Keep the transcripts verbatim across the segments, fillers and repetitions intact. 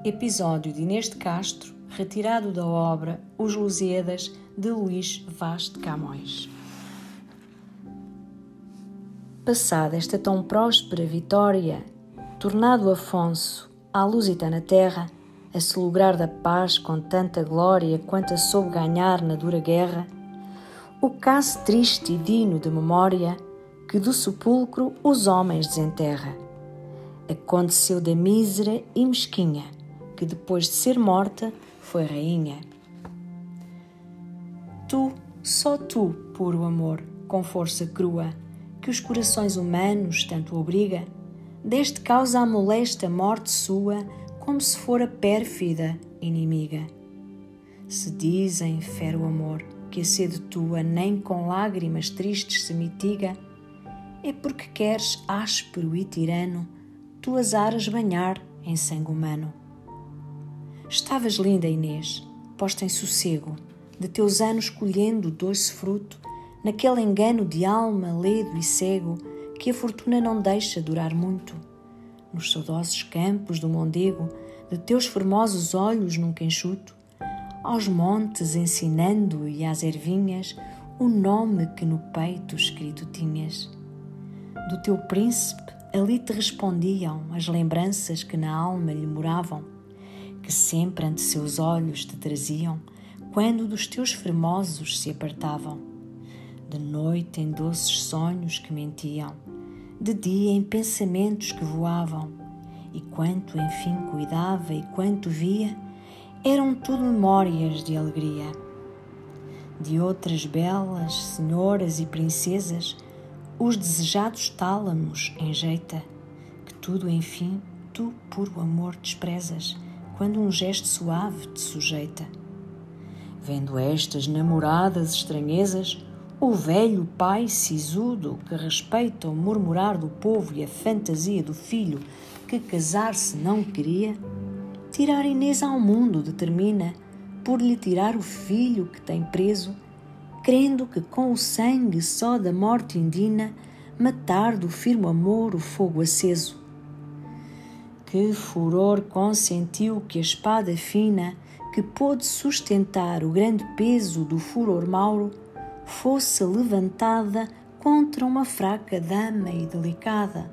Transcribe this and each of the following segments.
Episódio de Inês de Castro, retirado da obra Os Lusíadas, de Luís Vaz de Camões. Passada esta tão próspera vitória, tornado Afonso à lusitana terra, a se lograr da paz com tanta glória quanto a soube ganhar na dura guerra, o caso triste e digno de memória que do sepulcro os homens desenterra, aconteceu da mísera e mesquinha, que depois de ser morta foi rainha. Tu, só tu, puro amor, com força crua, que os corações humanos tanto obriga, deste causa à molesta morte sua, como se fora pérfida inimiga. Se dizem, fero amor, que a sede tua nem com lágrimas tristes se mitiga, é porque queres, áspero e tirano, tuas aras banhar em sangue humano. Estavas linda, Inês, posta em sossego, de teus anos colhendo doce fruto, naquele engano de alma ledo e cego, que a fortuna não deixa durar muito. Nos saudosos campos do Mondego, de teus formosos olhos nunca enxuto, aos montes ensinando e às ervinhas o nome que no peito escrito tinhas. Do teu príncipe ali te respondiam as lembranças que na alma lhe moravam, que sempre ante seus olhos te traziam, quando dos teus formosos se apartavam. De noite em doces sonhos que mentiam, de dia em pensamentos que voavam, e quanto enfim cuidava e quanto via, eram tudo memórias de alegria. De outras belas senhoras e princesas, os desejados tálamos enjeita, que tudo enfim tu puro amor desprezas, quando um gesto suave te sujeita. Vendo estas namoradas estranhezas, o velho pai sisudo que respeita o murmurar do povo e a fantasia do filho que casar-se não queria, tirar Inês ao mundo determina por lhe tirar o filho que tem preso, crendo que com o sangue só da morte indina matar do firme amor o fogo aceso. Que furor consentiu que a espada fina, que pôde sustentar o grande peso do furor mauro, fosse levantada contra uma fraca dama e delicada.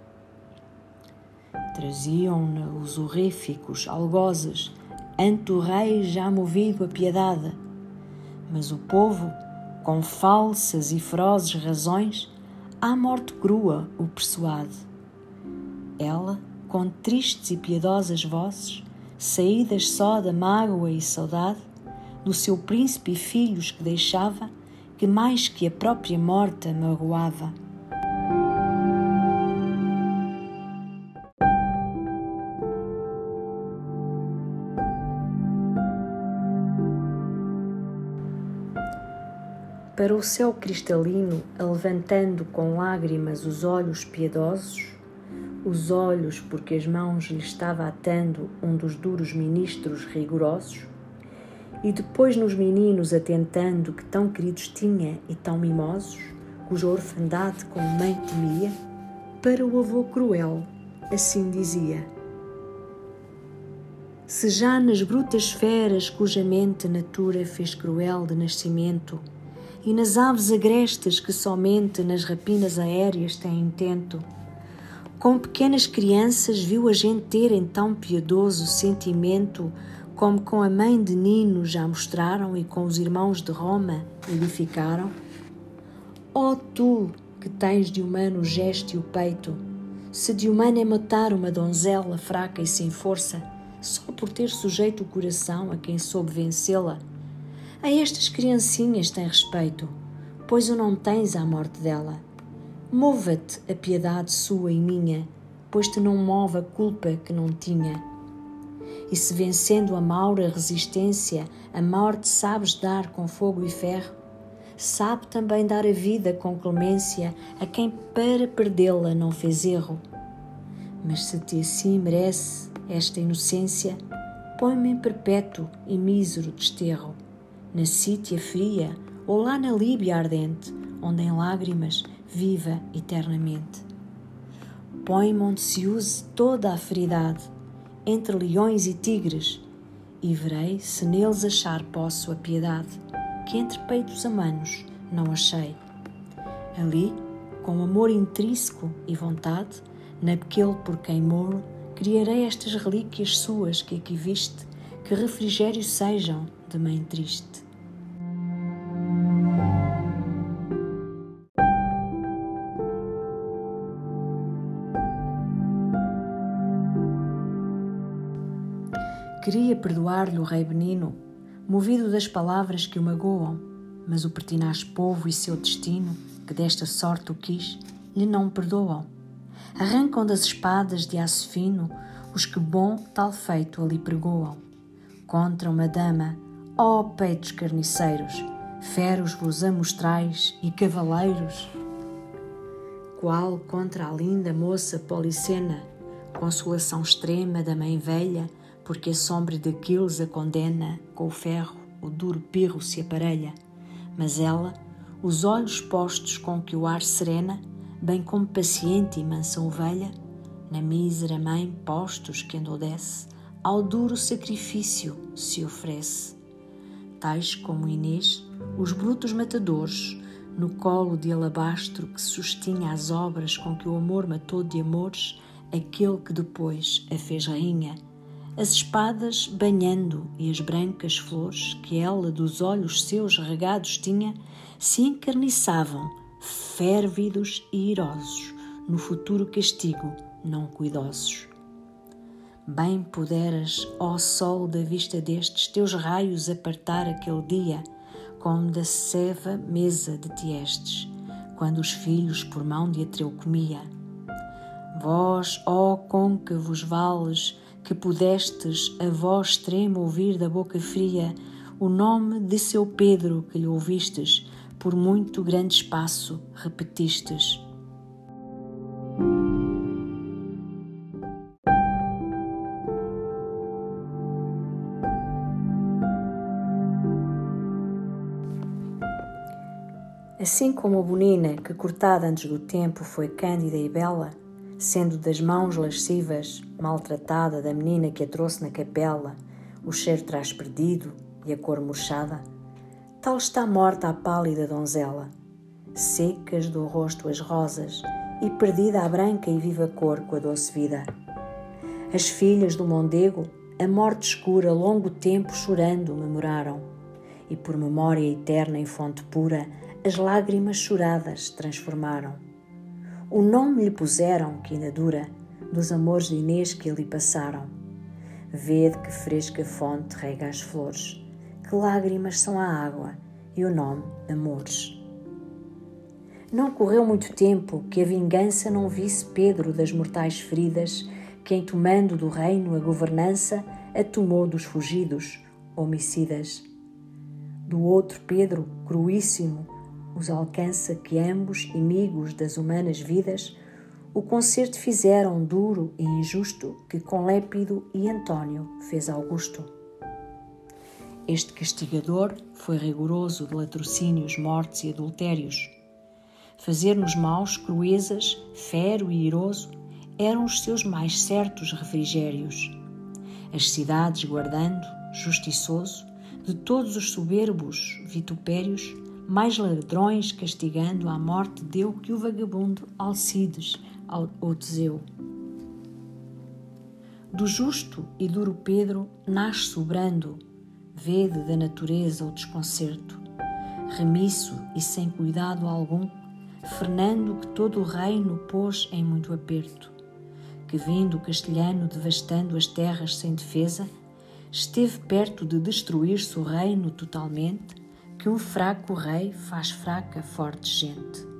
Traziam-na os horríficos algozes, ante o rei já movido a piedade, mas o povo, com falsas e ferozes razões, à morte crua o persuade. Ela, com tristes e piedosas vozes, saídas só da mágoa e saudade, do seu príncipe e filhos que deixava, que mais que a própria morte a magoava. Para o céu cristalino, alevantando com lágrimas os olhos piedosos, os olhos porque as mãos lhe estava atando um dos duros ministros rigorosos, e depois nos meninos atentando que tão queridos tinha e tão mimosos, cuja orfandade como mãe temia, para o avô cruel assim dizia: se já nas brutas feras cuja mente natura fez cruel de nascimento, e nas aves agrestas que somente nas rapinas aéreas têm intento, com pequenas crianças viu a gente ter em tão piedoso sentimento, como com a mãe de Nino já mostraram e com os irmãos de Roma edificaram? Ó tu, que tens de humano o gesto e o peito, se de humano é matar uma donzela fraca e sem força, só por ter sujeito o coração a quem soube vencê-la, a estas criancinhas tem respeito, pois o não tens à morte dela. Mova-te a piedade sua e minha, pois te não move a culpa que não tinha. E se vencendo a maura resistência, a morte sabes dar com fogo e ferro, sabe também dar a vida com clemência a quem para perdê-la não fez erro. Mas se te assim merece esta inocência, põe-me em perpétuo e mísero desterro, na Sítia fria ou lá na Líbia ardente, onde em lágrimas viva eternamente. Põe-me onde se use toda a feridade entre leões e tigres, e verei se neles achar posso a piedade, que entre peitos humanos não achei. Ali, com amor intrínseco e vontade, naquele por quem moro, criarei estas relíquias suas que aqui viste, que refrigério sejam de mãe triste. Queria perdoar-lhe o rei Benino, movido das palavras que o magoam, mas o pertinaz povo e seu destino, que desta sorte o quis, lhe não perdoam. Arrancam das espadas de aço fino os que bom tal feito ali pregoam. Contra uma dama, ó peitos carniceiros, feros vos amostrais e cavaleiros, qual contra a linda moça Policena, consolação extrema da mãe velha, porque a sombra daqueles a condena, com o ferro o duro pirro se aparelha. Mas ela, os olhos postos com que o ar serena, bem como paciente e mansa ovelha, na mísera mãe postos que endurece, ao duro sacrifício se oferece. Tais como Inês, os brutos matadores, no colo de alabastro que sustinha as obras com que o amor matou de amores aquele que depois a fez rainha, as espadas banhando e as brancas flores que ela dos olhos seus regados tinha, se encarniçavam, férvidos e irosos, no futuro castigo não cuidosos. Bem puderas, ó sol, da vista destes teus raios apartar aquele dia, como da ceva mesa de tiestes, quando os filhos por mão de Atreu comia. Vós, ó côncavos vales, que pudestes a voz extrema ouvir da boca fria o nome de seu Pedro que lhe ouvistes, por muito grande espaço repetistes. Assim como a bonina que, cortada antes do tempo, foi cândida e bela, sendo das mãos lascivas, maltratada da menina que a trouxe na capela, o cheiro traz perdido e a cor murchada, tal está morta a pálida donzela, secas do rosto as rosas e perdida a branca e viva cor com a doce vida. As filhas do Mondego, a morte escura longo tempo chorando memoraram, e por memória eterna em fonte pura as lágrimas choradas transformaram. O nome lhe puseram, que ainda dura, dos amores de Inês que ali passaram. Vede que fresca fonte rega as flores, que lágrimas são a água e o nome amores. Não correu muito tempo que a vingança não visse Pedro das mortais feridas, que em tomando do reino a governança a tomou dos fugidos, homicidas. Do outro Pedro, cruíssimo, os alcança que ambos, inimigos das humanas vidas, o concerto fizeram duro e injusto que com Lépido e Antônio fez Augusto. Este castigador foi rigoroso de latrocínios, mortes e adultérios. Fazer-nos maus, cruezas, fero e iroso, eram os seus mais certos refrigérios. As cidades guardando, justiçoso, de todos os soberbos vitupérios, mais ladrões castigando à morte deu que o vagabundo Alcides ao Teseu. Do justo e duro Pedro nasce sobrando, vede da natureza o desconcerto, remisso e sem cuidado algum, Fernando que todo o reino pôs em muito aperto, que vindo o castelhano devastando as terras sem defesa, esteve perto de destruir-se o reino totalmente, que um fraco rei faz fraca forte gente.